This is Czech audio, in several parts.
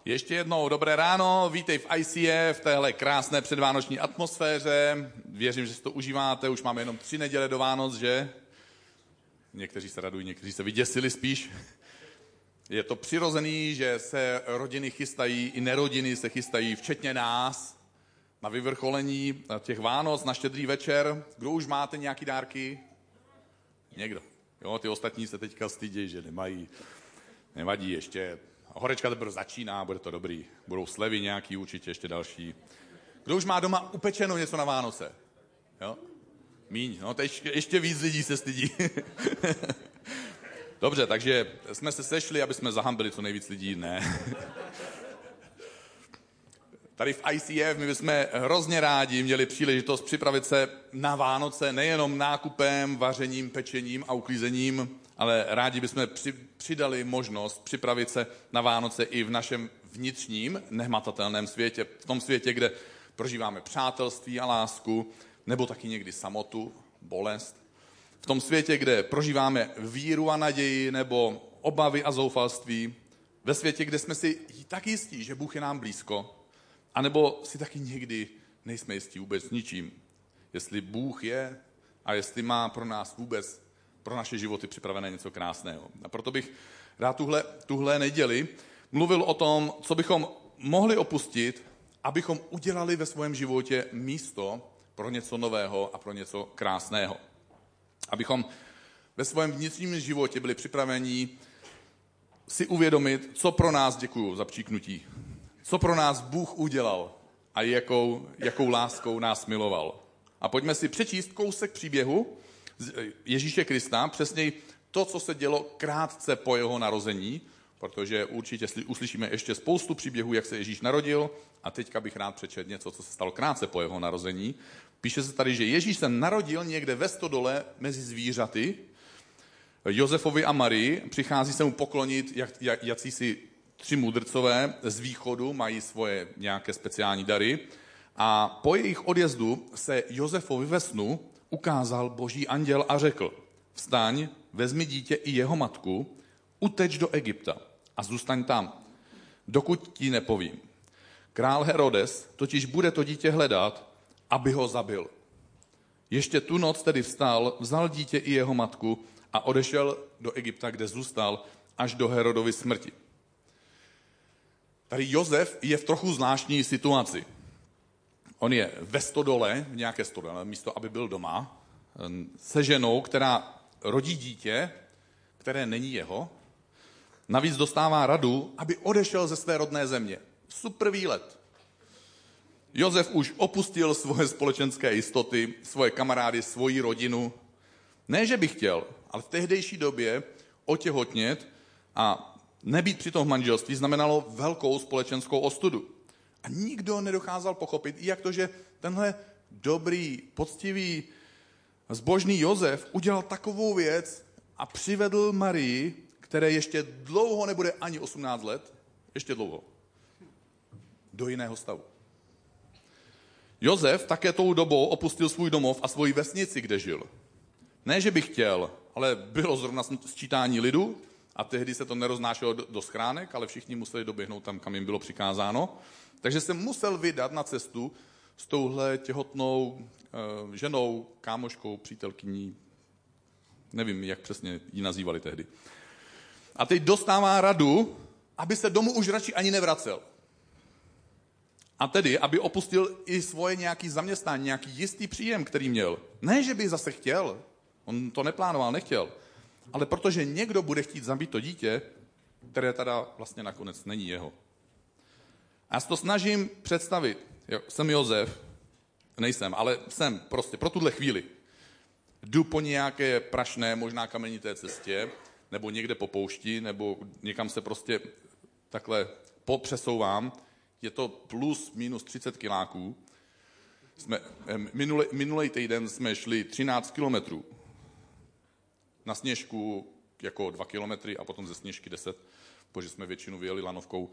Ještě jednou dobré ráno, vítej v ICF, v téhle krásné předvánoční atmosféře. Věřím, že si to užíváte, už máme jenom 3 neděle do Vánoc, že? Někteří se radují, někteří se vyděsili spíš. Je to přirozený, že se rodiny chystají, i nerodiny se chystají, včetně nás, na vyvrcholení těch Vánoc, na Štědrý večer. Kdo už máte nějaký dárky? Někdo. Jo, ty ostatní se teďka stydějí, že nemají. Nevadí ještě. Horečka teprve začíná, bude to dobrý. Budou slevy nějaký, určitě ještě další. Kdo už má doma upečeno něco na Vánoce? Jo? Míň, no, ještě víc lidí se stydí. Dobře, takže jsme se sešli, aby jsme zahambili co nejvíc lidí, ne. Tady v ICF my bychom hrozně rádi měli příležitost připravit se na Vánoce nejenom nákupem, vařením, pečením a uklízením, ale rádi bychom přidali možnost připravit se na Vánoce i v našem vnitřním, nehmatatelném světě, v tom světě, kde prožíváme přátelství a lásku, nebo taky někdy samotu, bolest. V tom světě, kde prožíváme víru a naději, nebo obavy a zoufalství. Ve světě, kde jsme si tak jistí, že Bůh je nám blízko, anebo si taky někdy nejsme jistí vůbec ničím. Jestli Bůh je a jestli má pro nás vůbec, pro naše životy připravené něco krásného. A proto bych rád tuhle neděli mluvil o tom, co bychom mohli opustit, abychom udělali ve svém životě místo pro něco nového a pro něco krásného. Abychom ve svém vnitřním životě byli připraveni si uvědomit, co pro nás, děkuju za příknutí, co pro nás Bůh udělal a jakou láskou nás miloval. A pojďme si přečíst kousek příběhu Ježíše Krista, přesněji to, co se dělo krátce po jeho narození, protože určitě uslyšíme ještě spoustu příběhů, jak se Ježíš narodil, a teďka bych rád přečetl něco, co se stalo krátce po jeho narození. Píše se tady, že Ježíš se narodil někde ve stodole mezi zvířaty, Josefovi a Marii, přichází se mu poklonit jacísi 3 mudrcové z východu, mají svoje nějaké speciální dary, a po jejich odjezdu se Josefovi ve snu ukázal boží anděl a řekl: vstaň, vezmi dítě i jeho matku, uteč do Egypta a zůstaň tam, dokud ti nepovím. Král Herodes totiž bude to dítě hledat, aby ho zabil. Ještě tu noc tedy vstal, vzal dítě i jeho matku a odešel do Egypta, kde zůstal až do Herodovy smrti. Tady Josef je v trochu zvláštní situaci. On je ve stodole, v nějaké stodole, místo, aby byl doma, se ženou, která rodí dítě, které není jeho. Navíc dostává radu, aby odešel ze své rodné země. Super výlet. Josef už opustil svoje společenské jistoty, svoje kamarády, svoji rodinu. Ne, že by chtěl, ale v tehdejší době otěhotnět a nebýt při tom v manželství znamenalo velkou společenskou ostudu. A nikdo nedokázal pochopit, jak to, že tenhle dobrý, poctivý, zbožný Josef udělal takovou věc a přivedl Marii, které ještě dlouho nebude ani 18 let, ještě dlouho, do jiného stavu. Josef také tou dobou opustil svůj domov a svoji vesnici, kde žil. Ne, že by chtěl, ale bylo zrovna sčítání lidu a tehdy se to neroznášelo do schránek, ale všichni museli doběhnout tam, kam jim bylo přikázáno. Takže se musel vydat na cestu s touhle těhotnou ženou, kámoškou, přítelkyní, nevím, jak přesně ji nazývali tehdy. A teď dostává radu, aby se domů už radši ani nevracel. A tedy, aby opustil i svoje nějaký zaměstnání, nějaký jistý příjem, který měl. Ne, že by zase chtěl, on to neplánoval, nechtěl, ale protože někdo bude chtít zabít to dítě, které teda vlastně nakonec není jeho. A já se to snažím představit. Jsem Josef, nejsem, ale jsem prostě pro tuhle chvíli. Jdu po nějaké prašné, možná kamenité cestě, nebo někde po poušti, nebo někam se prostě takhle popřesouvám. Je to plus minus 30 kiláků. Minulý týden jsme šli 13 kilometrů. Na sněžku jako 2 kilometry a potom ze sněžky 10, protože jsme většinu vyjeli lanovkou.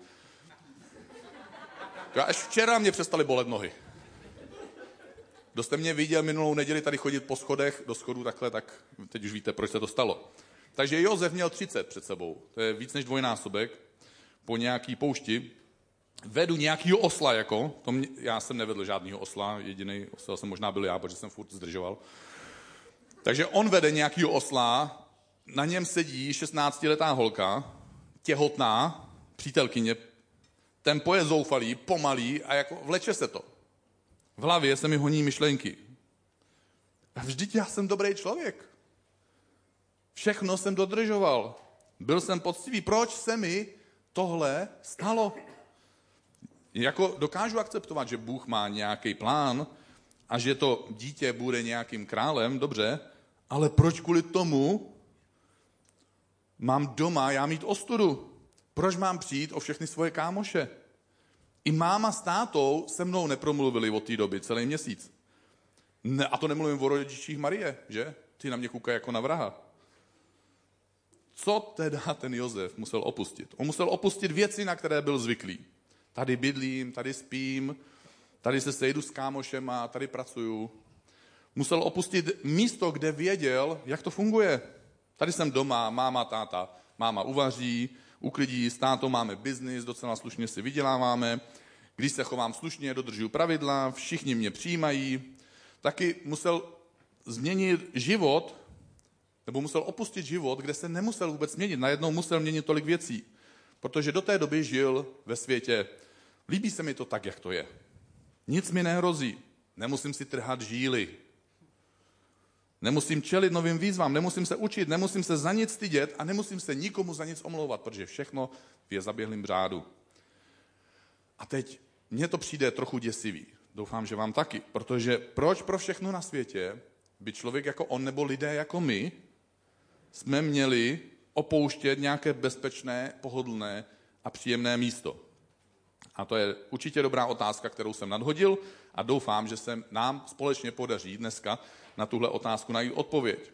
Až včera mě přestaly bolet nohy. Kdo jste mě viděl minulou neděli tady chodit po schodech do schodu takhle, tak teď už víte, proč se to stalo. Takže Josef měl 30 před sebou. To je víc než dvojnásobek. Po nějaký poušti vedu nějakýho osla, já jsem nevedl žádnýho osla, jediný osel jsem možná byl já, protože jsem furt zdržoval. Takže on vede nějakýho osla, na něm sedí 16letá holka, těhotná, přítelkyně, tempo je zoufalý, pomalý a jako vleče se to. V hlavě se mi honí myšlenky. A vždyť já jsem dobrý člověk. Všechno jsem dodržoval. Byl jsem poctivý. Proč se mi tohle stalo? Jako dokážu akceptovat, že Bůh má nějaký plán a že to dítě bude nějakým králem, dobře, ale proč kvůli tomu mám doma já mít ostudu? Proč mám přijít o všechny svoje kámoše? I máma s tátou se mnou nepromluvili od té doby celý měsíc. Ne, a to nemluvím o rodičích Marie, že? Ty na mě koukají jako na vraha. Co teda ten Josef musel opustit? On musel opustit věci, na které byl zvyklý. Tady bydlím, tady spím, tady se sejdu s kámošema, tady pracuju. Musel opustit místo, kde věděl, jak to funguje. Tady jsem doma, máma, táta. Máma uvaří, uklidí, s tátou máme biznis, docela slušně si vyděláváme. Když se chovám slušně, dodržuju pravidla, všichni mě přijímají. Taky musel změnit život, nebo musel opustit život, kde se nemusel vůbec měnit. Najednou musel měnit tolik věcí, protože do té doby žil ve světě. Líbí se mi to tak, jak to je. Nic mi nehrozí. Nemusím si trhat žíly. Nemusím čelit novým výzvám, nemusím se učit, nemusím se za nic stydět a nemusím se nikomu za nic omlouvat, protože všechno je zaběhlým řádu. A teď mně to přijde trochu děsivý. Doufám, že vám taky. Protože proč pro všechno na světě by člověk jako on nebo lidé jako my jsme měli opouštět nějaké bezpečné, pohodlné a příjemné místo? A to je určitě dobrá otázka, kterou jsem nadhodil a doufám, že se nám společně podaří dneska na tuhle otázku najít odpověď.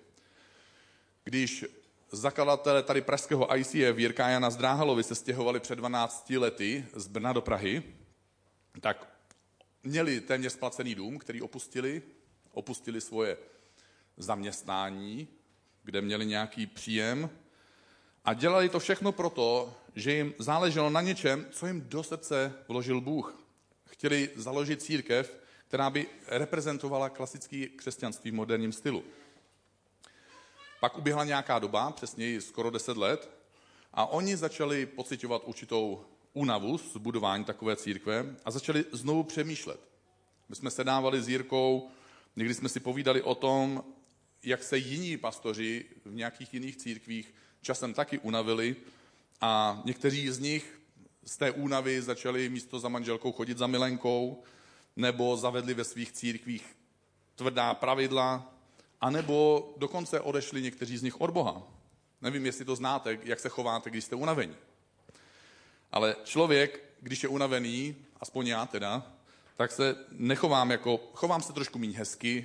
Když zakladatelé tady pražského ICF Jirka a Jana Zdráhalovi se stěhovali před 12 lety z Brna do Prahy, tak měli téměř splacený dům, který opustili svoje zaměstnání, kde měli nějaký příjem a dělali to všechno proto, že jim záleželo na něčem, co jim do srdce vložil Bůh. Chtěli založit církev, která by reprezentovala klasické křesťanství v moderním stylu. Pak uběhla nějaká doba, přesněji skoro 10 let, a oni začali pociťovat určitou únavu z budování takové církve a začali znovu přemýšlet. My jsme sedávali s Jirkou, někdy jsme si povídali o tom, jak se jiní pastoři v nějakých jiných církvích časem taky unavili a někteří z nich z té únavy začali místo za manželkou chodit za milenkou, nebo zavedli ve svých církvích tvrdá pravidla, anebo dokonce odešli někteří z nich od Boha. Nevím, jestli to znáte, jak se chováte, když jste unavení. Ale člověk, když je unavený, aspoň já teda, tak se nechovám chovám se trošku méně hezky,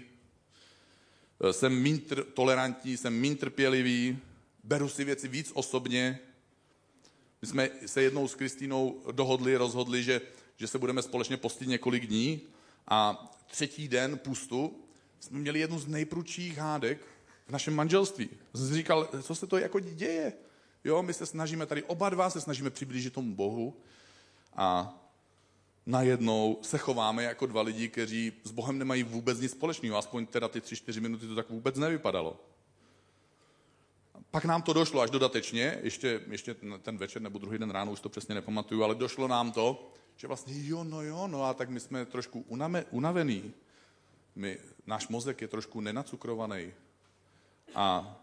jsem méně tolerantní, jsem méně trpělivý, beru si věci víc osobně. My jsme se jednou s Kristýnou rozhodli, že se budeme společně postit několik dní a 3. den pustu jsme měli jednu z nejprudších hádek v našem manželství. Jsem si říkal, co se to jako děje? Jo, my se snažíme tady, oba dva se snažíme přiblížit tomu Bohu a najednou se chováme jako dva lidi, kteří s Bohem nemají vůbec nic společného. Aspoň teda ty 3-4 minuty to tak vůbec nevypadalo. Pak nám to došlo až dodatečně, ještě ten večer nebo druhý den ráno, už to přesně nepamatuju, ale došlo nám to, že vlastně no a tak my jsme trošku unavený. Náš mozek je trošku nenacukrovaný a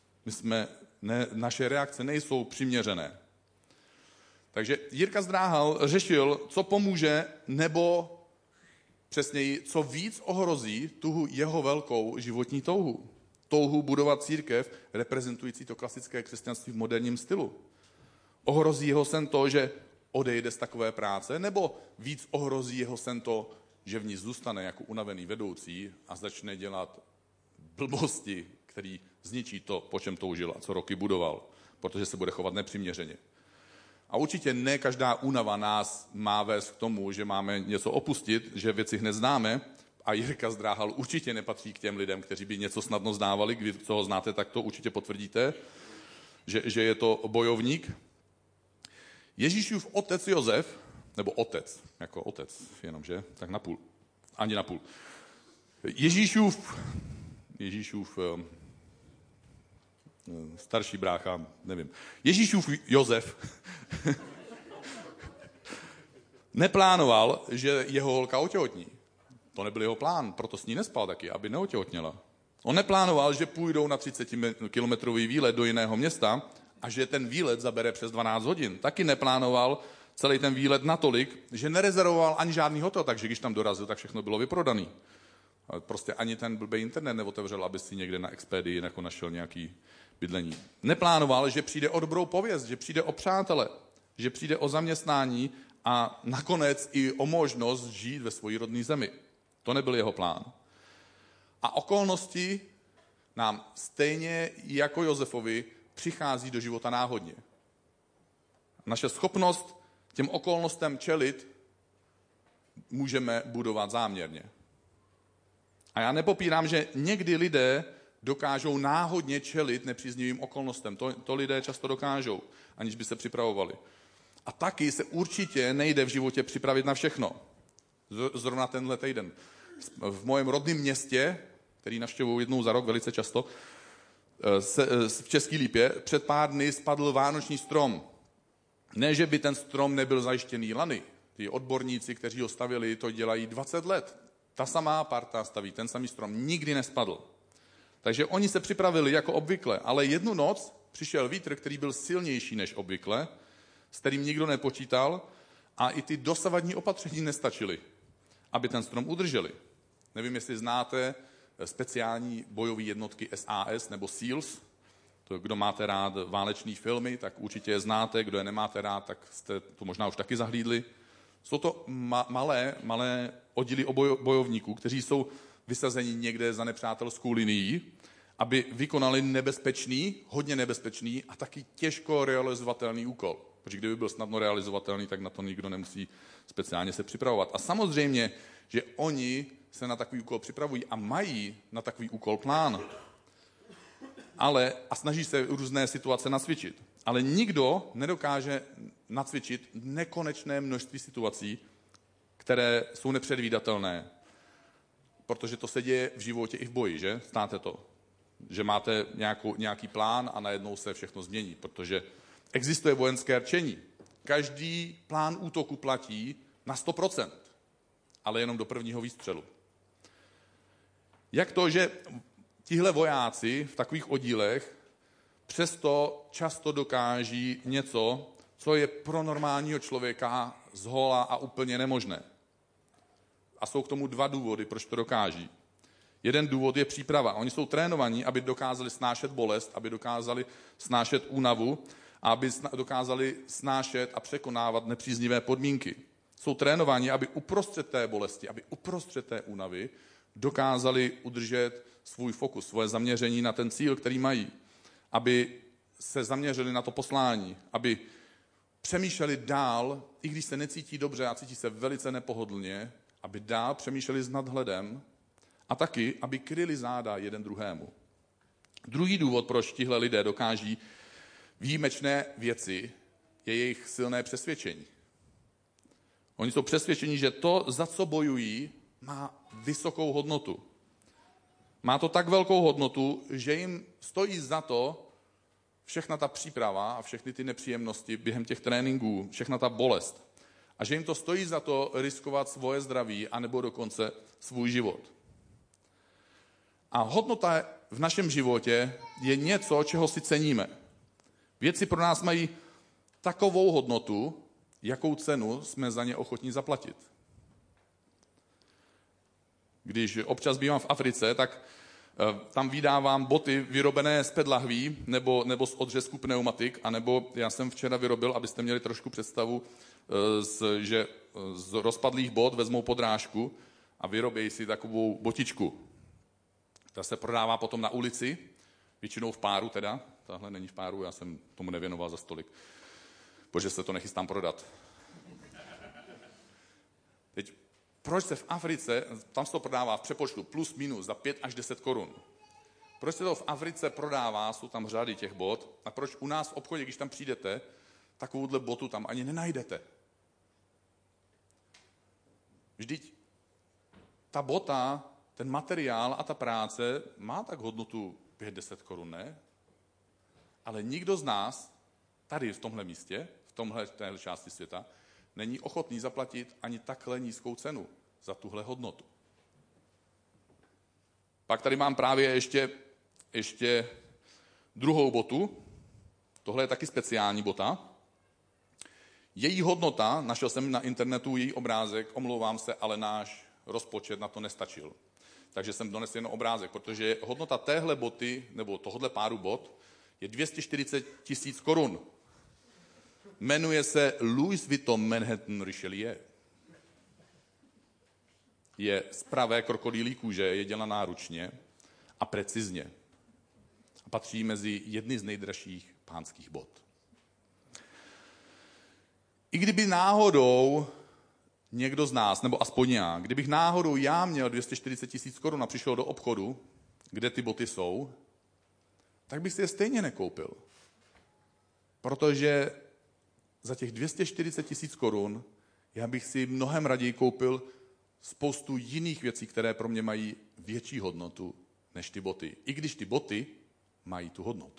naše reakce nejsou přiměřené. Takže Jirka Zdráhal řešil, co pomůže, nebo přesněji, co víc ohrozí tu jeho velkou životní touhu. Touhu budovat církev, reprezentující to klasické křesťanství v moderním stylu. Ohrozí jeho sen to, že odejde z takové práce, nebo víc ohrozí jeho sen to, že v ní zůstane jako unavený vedoucí a začne dělat blbosti, který zničí to, po čem toužil a co roky budoval, protože se bude chovat nepřiměřeně. A určitě ne každá únava nás má vést k tomu, že máme něco opustit, že věci hned známe, a Jirka Zdráhal určitě nepatří k těm lidem, kteří by něco snadno zdávali. Když co ho znáte, tak to určitě potvrdíte, že je to bojovník. Ježíšův otec Josef Nebo otec, jako otec, jenomže, tak napůl. Ani napůl. Ježíšův starší brácha, nevím. Ježíšův Josef neplánoval, že jeho holka otěhotní. To nebyl jeho plán, proto s ní nespal taky, aby neotěhotněla. On neplánoval, že půjdou na 30-kilometrový výlet do jiného města a že ten výlet zabere přes 12 hodin. Taky neplánoval celý ten výlet natolik, že nerezervoval ani žádný hotel, takže když tam dorazil, tak všechno bylo vyprodaný. Ale prostě ani ten blbý internet neotevřel, aby si někde na Expedii jako našel nějaký bydlení. Neplánoval, že přijde o dobrou pověst, že přijde o přátele, že přijde o zaměstnání a nakonec i o možnost žít ve své rodné zemi. To nebyl jeho plán. A okolnosti nám stejně jako Josefovi přichází do života náhodně. Naše schopnost těm okolnostem čelit můžeme budovat záměrně. A já nepopírám, že někdy lidé dokážou náhodně čelit nepříznivým okolnostem. To lidé často dokážou, aniž by se připravovali. A taky se určitě nejde v životě připravit na všechno. Zrovna tenhle týden. V mém rodném městě, který navštěvuji jednou za rok velice často, v České Lípě, před pár dny spadl vánoční strom. Ne, že by ten strom nebyl zajištěný lany. Ty odborníci, kteří ho stavili, to dělají 20 let. Ta samá parta staví ten samý strom. Nikdy nespadl. Takže oni se připravili jako obvykle, ale jednu noc přišel vítr, který byl silnější než obvykle, s kterým nikdo nepočítal a i ty dosavadní opatření nestačily, aby ten strom udrželi. Nevím, jestli znáte speciální bojové jednotky SAS nebo SEALs. To, kdo máte rád váleční filmy, tak určitě je znáte. Kdo je nemáte rád, tak jste to možná už taky zahlídli. Jsou to malé oddíly bojovníků, kteří jsou vysazeni někde za nepřátelskou linií, aby vykonali nebezpečný, hodně nebezpečný a taky těžko realizovatelný úkol. Protože kdyby byl snadno realizovatelný, tak na to nikdo nemusí speciálně se připravovat. A samozřejmě, že oni se na takový úkol připravují a mají na takový úkol plán. A snaží se různé situace nacvičit. Ale nikdo nedokáže nacvičit nekonečné množství situací, které jsou nepředvídatelné. Protože to se děje v životě i v boji, že? Znáte to? Že máte nějaký plán a najednou se všechno změní, protože existuje vojenské rčení. Každý plán útoku platí na 100%, ale jenom do prvního výstřelu. Jak to, že tihle vojáci v takových oddílech přesto často dokáží něco, co je pro normálního člověka zhola a úplně nemožné. A jsou k tomu 2 důvody, proč to dokáží. Jeden důvod je příprava. Oni jsou trénovaní, aby dokázali snášet bolest, aby dokázali snášet únavu a aby dokázali snášet a překonávat nepříznivé podmínky. Jsou trénovaní, aby uprostřed té bolesti, aby uprostřed té únavy dokázali udržet svůj fokus, svoje zaměření na ten cíl, který mají. Aby se zaměřili na to poslání, aby přemýšleli dál, i když se necítí dobře a cítí se velice nepohodlně, aby dál přemýšleli s nadhledem a taky, aby kryli záda jeden druhému. Druhý důvod, proč tihle lidé dokáží výjimečné věci, je jejich silné přesvědčení. Oni jsou přesvědčeni, že to, za co bojují, má vysokou hodnotu. Má to tak velkou hodnotu, že jim stojí za to všechna ta příprava a všechny ty nepříjemnosti během těch tréninků, všechna ta bolest. A že jim to stojí za to riskovat svoje zdraví anebo dokonce svůj život. A hodnota v našem životě je něco, čeho si ceníme. Věci pro nás mají takovou hodnotu, jakou cenu jsme za ně ochotní zaplatit. Když občas bývám v Africe, tak tam vydávám boty vyrobené z pedlahví nebo z odřezku pneumatik, anebo já jsem včera vyrobil, abyste měli trošku představu, že z rozpadlých bot vezmou podrážku a vyrobí si takovou botičku. Ta se prodává potom na ulici, většinou v páru teda. Tahle není v páru, já jsem tomu nevěnoval za stolik, protože se to nechystám prodat. Teď, proč se v Africe, tam se to prodává v přepočtu plus minus za 5 až 10 korun. Proč se to v Africe prodává, jsou tam řady těch bot, a proč u nás v obchodě, když tam přijdete, takovouhle botu tam ani nenajdete. Vždyť ta bota, ten materiál a ta práce má tak hodnotu 5-10 korun, ne? Ale nikdo z nás tady v tomhle místě, v téhle části světa, není ochotný zaplatit ani takhle nízkou cenu za tuhle hodnotu. Pak tady mám právě ještě druhou botu. Tohle je taky speciální bota. Její hodnota, našel jsem na internetu její obrázek, omlouvám se, ale náš rozpočet na to nestačil. Takže jsem donesl jen obrázek, protože hodnota téhle boty, nebo tohle páru bot, je 240 000 korun. Jmenuje se Louis Vuitton Manhattan Richelieu. Je z pravé krokodýlí kůže, je dělaná ručně a precizně. A patří mezi jedny z nejdražších pánských bot. I kdyby náhodou někdo z nás, nebo aspoň já, kdybych náhodou já měl 240 000 korun a přišel do obchodu, kde ty boty jsou, tak bych si je stejně nekoupil. Protože za těch 240 000 korun já bych si mnohem raději koupil spoustu jiných věcí, které pro mě mají větší hodnotu než ty boty. I když ty boty mají tu hodnotu.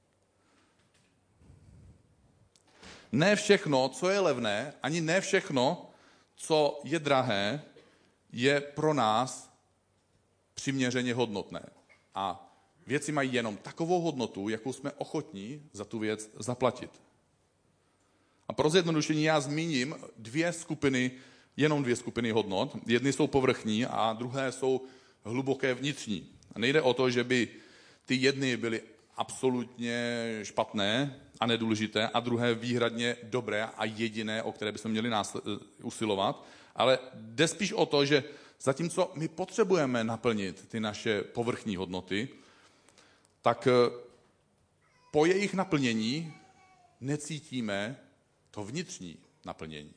Ne všechno, co je levné, ani ne všechno, co je drahé, je pro nás přiměřeně hodnotné. A věci mají jenom takovou hodnotu, jakou jsme ochotní za tu věc zaplatit. A pro zjednodušení já zmíním jenom dvě skupiny hodnot. Jedny jsou povrchní a druhé jsou hluboké vnitřní. A nejde o to, že by ty jedny byly absolutně špatné a nedůležité a druhé výhradně dobré a jediné, o které bychom měli usilovat, ale jde spíš o to, že zatímco my potřebujeme naplnit ty naše povrchní hodnoty, tak po jejich naplnění necítíme to vnitřní naplnění.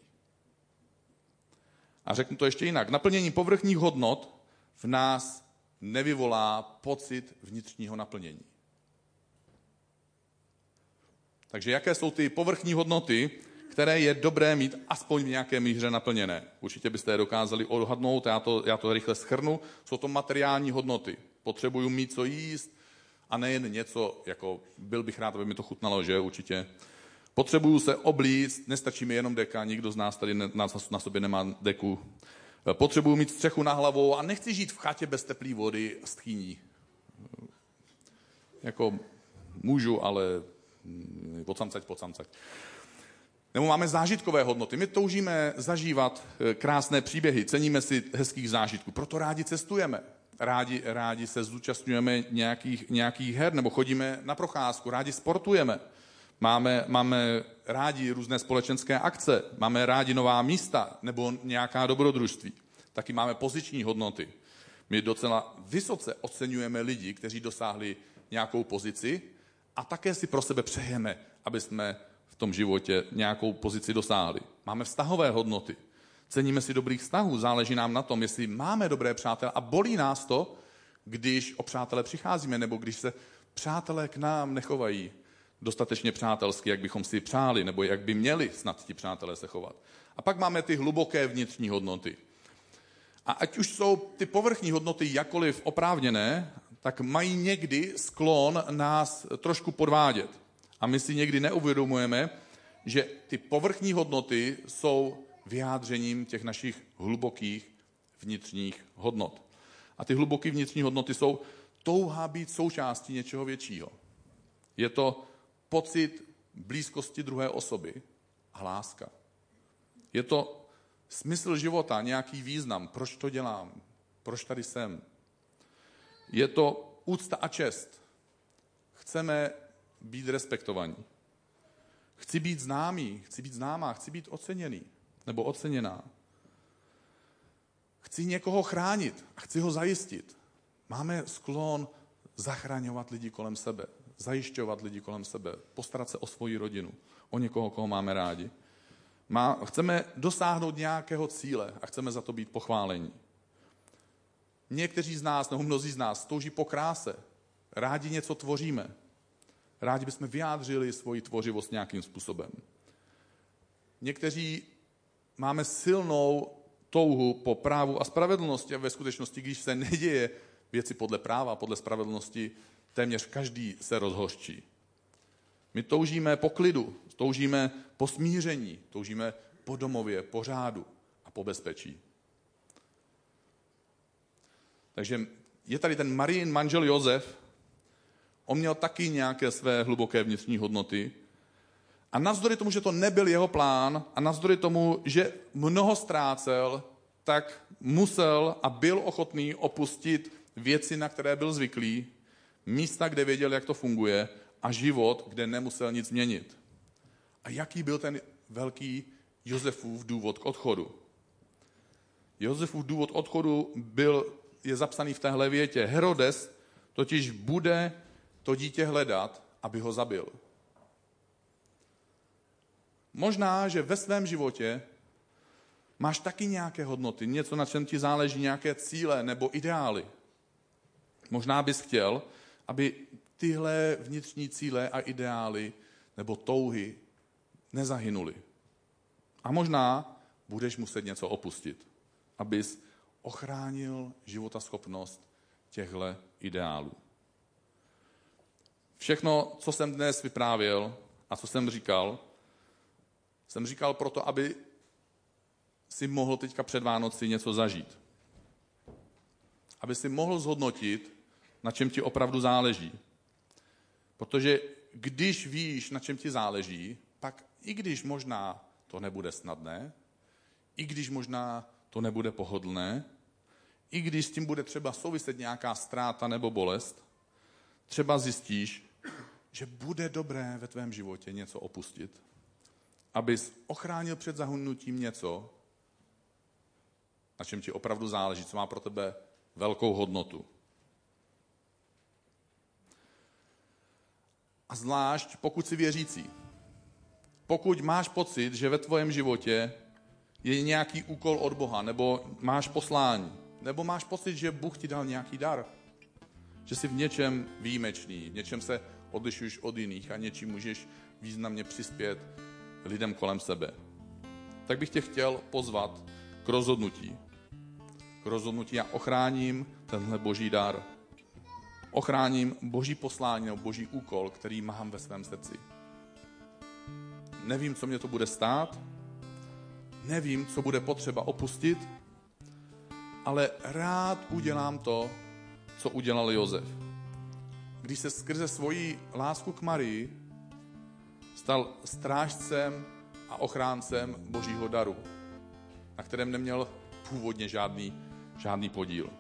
A řeknu to ještě jinak. Naplnění povrchních hodnot v nás nevyvolá pocit vnitřního naplnění. Takže jaké jsou ty povrchní hodnoty, které je dobré mít aspoň v nějaké míře naplněné? Určitě byste je dokázali odhadnout, já to rychle shrnu. Jsou to materiální hodnoty. Potřebuju mít co jíst a nejen něco, jako byl bych rád, aby mi to chutnalo, že určitě. Potřebuju se oblíct, nestačí mi jenom deka, nikdo z nás tady na sobě nemá deku. Potřebuju mít střechu na hlavou a nechci žít v chatě bez teplé vody s tchýní. Jako můžu, ale pocamcať. Nebo máme zážitkové hodnoty. My toužíme zažívat krásné příběhy, ceníme si hezkých zážitků, proto rádi cestujeme. Rádi se zúčastňujeme nějakých her, nebo chodíme na procházku, rádi sportujeme. Máme rádi různé společenské akce, máme rádi nová místa nebo nějaká dobrodružství. Taky máme poziční hodnoty. My docela vysoce oceňujeme lidi, kteří dosáhli nějakou pozici a také si pro sebe přejeme, aby jsme v tom životě nějakou pozici dosáhli. Máme vztahové hodnoty. Ceníme si dobrých vztahů, záleží nám na tom, jestli máme dobré přátele a bolí nás to, když o přátele přicházíme nebo když se přátelé k nám nechovají dostatečně přátelsky, jak bychom si přáli, nebo jak by měli snad ti přátelé se chovat. A pak máme ty hluboké vnitřní hodnoty. A ať už jsou ty povrchní hodnoty jakkoliv oprávněné, tak mají někdy sklon nás trošku podvádět. A my si někdy neuvědomujeme, že ty povrchní hodnoty jsou vyjádřením těch našich hlubokých vnitřních hodnot. A ty hluboké vnitřní hodnoty jsou touha být součástí něčeho většího. Je to pocit blízkosti druhé osoby a láska. Je to smysl života, nějaký význam, proč to dělám, proč tady jsem. Je to úcta a čest. Chceme být respektovaní. Chci být známý, chci být známá, chci být oceněný nebo oceněná. Chci někoho chránit a chci ho zajistit. Máme sklon zachraňovat lidi kolem sebe, zajišťovat lidi kolem sebe, postarat se o svoji rodinu, o někoho, koho máme rádi. Chceme dosáhnout nějakého cíle a chceme za to být pochválení. Někteří z nás, nebo mnozí z nás, touží po kráse. Rádi něco tvoříme. Rádi bychom vyjádřili svoji tvořivost nějakým způsobem. Někteří máme silnou touhu po právu a spravedlnosti a ve skutečnosti, když se neděje věci podle práva, podle spravedlnosti, téměř každý se rozhořčí. My toužíme po klidu, toužíme po smíření, toužíme po domově, po řádu a po bezpečí. Takže je tady ten Marijin manžel Josef, on měl taky nějaké své hluboké vnitřní hodnoty a navzdory tomu, že to nebyl jeho plán a navzdory tomu, že mnoho ztrácel, tak musel a byl ochotný opustit věci, na které byl zvyklý, místa, kde věděl, jak to funguje a život, kde nemusel nic měnit. A jaký byl ten velký Josefův důvod k odchodu? Josefův důvod odchodu je zapsaný v téhle větě. Herodes totiž bude to dítě hledat, aby ho zabil. Možná, že ve svém životě máš taky nějaké hodnoty, něco, na čem ti záleží, nějaké cíle nebo ideály. Možná bys chtěl, aby tyhle vnitřní cíle a ideály nebo touhy nezahynuly. A možná budeš muset něco opustit, abys ochránil životaschopnost těchto ideálů. Všechno, co jsem dnes vyprávěl a co jsem říkal proto, aby si mohl teďka před Vánoci něco zažít. Aby si mohl zhodnotit, na čem ti opravdu záleží. Protože když víš, na čem ti záleží, pak i když možná to nebude snadné, i když možná to nebude pohodlné, i když s tím bude třeba souviset nějaká ztráta nebo bolest, třeba zjistíš, že bude dobré ve tvém životě něco opustit, abys ochránil před zahynutím něco, na čem ti opravdu záleží, co má pro tebe velkou hodnotu. A zvlášť pokud jsi věřící. Pokud máš pocit, že ve tvém životě je nějaký úkol od Boha, nebo máš poslání, nebo máš pocit, že Bůh ti dal nějaký dar, že jsi v něčem výjimečný, v něčem se odlišuješ od jiných a něčím můžeš významně přispět lidem kolem sebe, tak bych tě chtěl pozvat k rozhodnutí. K rozhodnutí já ochráním tenhle boží dar. Ochráním boží poslání nebo boží úkol, který mám ve svém srdci. Nevím, co mě to bude stát, nevím, co bude potřeba opustit, ale rád udělám to, co udělal Josef. Když se skrze svoji lásku k Marii stal strážcem a ochráncem božího daru, na kterém neměl původně žádný podíl.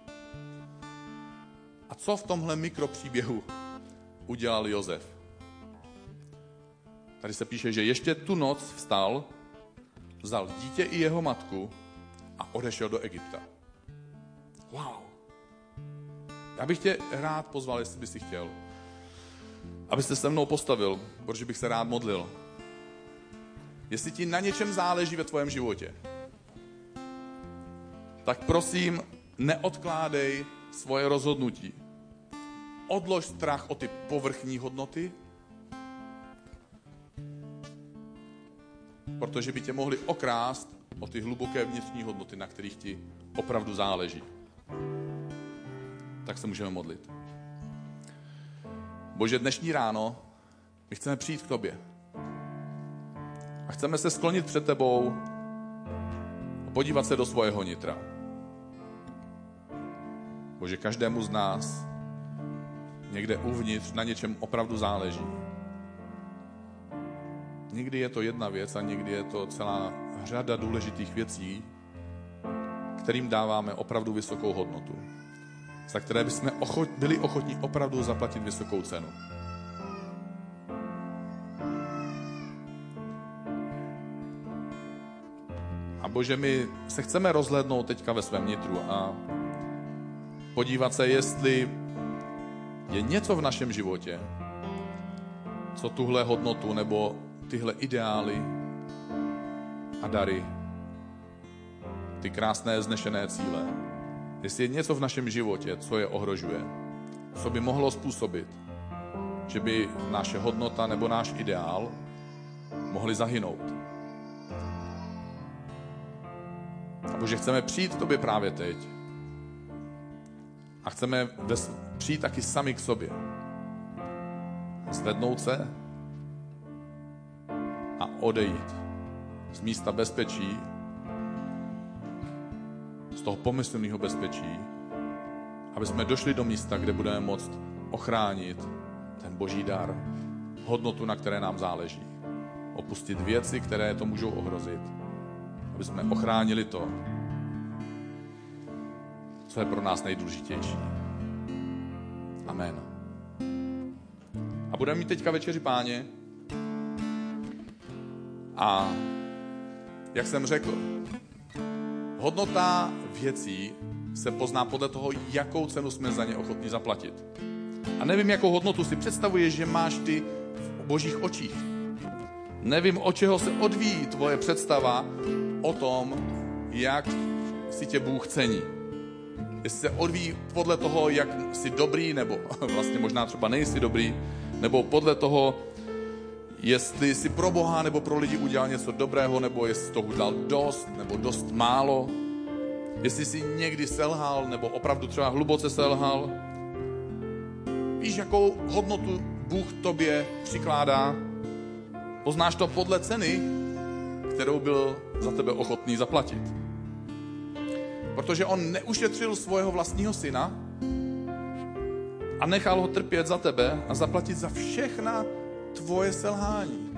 A co v tomhle mikropříběhu udělal Josef? Tady se píše, že ještě tu noc vstal, vzal dítě i jeho matku a odešel do Egypta. Wow. Já bych tě rád pozval, jestli bys si chtěl, abyste se mnou postavil, protože bych se rád modlil. Jestli ti na něčem záleží ve tvém životě, tak prosím, neodkládej svoje rozhodnutí. Odlož strach o ty povrchní hodnoty, protože by tě mohli okrást o ty hluboké vnitřní hodnoty, na kterých ti opravdu záleží. Tak se můžeme modlit. Bože, dnešní ráno my chceme přijít k tobě. A chceme se sklonit před tebou a podívat se do svého nitra. Bože, každému z nás někde uvnitř na něčem opravdu záleží. Někdy je to jedna věc a někdy je to celá řada důležitých věcí, kterým dáváme opravdu vysokou hodnotu, za které bychom byli ochotní opravdu zaplatit vysokou cenu. A Bože, my se chceme rozhlédnout teďka ve svém nitru a podívat se, jestli je něco v našem životě, co tuhle hodnotu nebo tyhle ideály a dary, ty krásné znešené cíle, jestli je něco v našem životě, co je ohrožuje, co by mohlo způsobit, že by naše hodnota nebo náš ideál mohli zahynout. A Bože, chceme přijít k tobě právě teď. A chceme přijít taky sami k sobě. Zvednout se a odejít z místa bezpečí, z toho pomyslného bezpečí, aby jsme došli do místa, kde budeme moct ochránit ten boží dar, hodnotu, na které nám záleží. Opustit věci, které to můžou ohrozit, aby jsme ochránili to, co je pro nás nejdůležitější. Amen. A budeme mít teďka večeři Páně. A jak jsem řekl, hodnota věcí se pozná podle toho, jakou cenu jsme za ně ochotni zaplatit. A nevím, jakou hodnotu si představuješ, že máš ty v božích očích. Nevím, od čeho se odvíjí tvoje představa o tom, jak si tě Bůh cení. Jestli se odvíjí podle toho, jak jsi dobrý, nebo vlastně možná třeba nejsi dobrý, nebo podle toho, jestli jsi pro Boha nebo pro lidi udělal něco dobrého, nebo jestli jsi toho udělal dost, nebo dost málo. Jestli jsi někdy selhal, nebo opravdu třeba hluboce selhal. Víš, jakou hodnotu Bůh tobě přikládá? Poznáš to podle ceny, kterou byl za tebe ochotný zaplatit. Protože on neušetřil svého vlastního syna a nechal ho trpět za tebe a zaplatit za všechna tvoje selhání.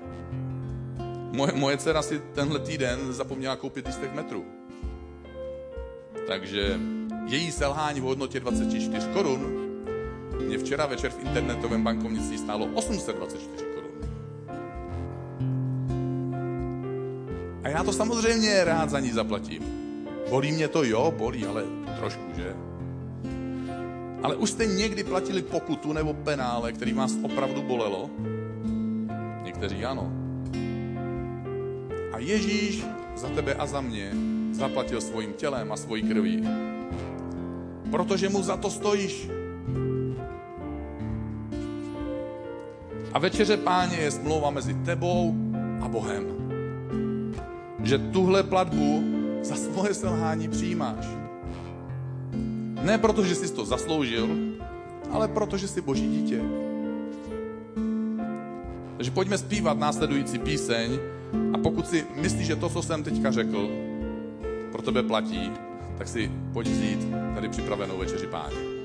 Moje dcera si tenhle týden zapomněla koupit lístek metru. Takže její selhání v hodnotě 24 korun mě včera večer v internetovém bankovnictví stálo 824 korun. A já to samozřejmě rád za ní zaplatím. Bolí mě to? Jo, bolí, ale trošku, že? Ale už jste někdy platili pokutu nebo penále, který vás opravdu bolelo? Někteří ano. A Ježíš za tebe a za mě zaplatil svým tělem a svojí krví. Protože mu za to stojíš. A večeře Páně je smlouva mezi tebou a Bohem. Že tuhle platbu za svoje selhání přijímáš. Ne proto, že jsi to zasloužil, ale proto, že jsi Boží dítě. Takže pojďme zpívat následující píseň a pokud si myslíš, že to, co jsem teďka řekl, pro tebe platí, tak si pojď vzít tady připravenou večeři Páně.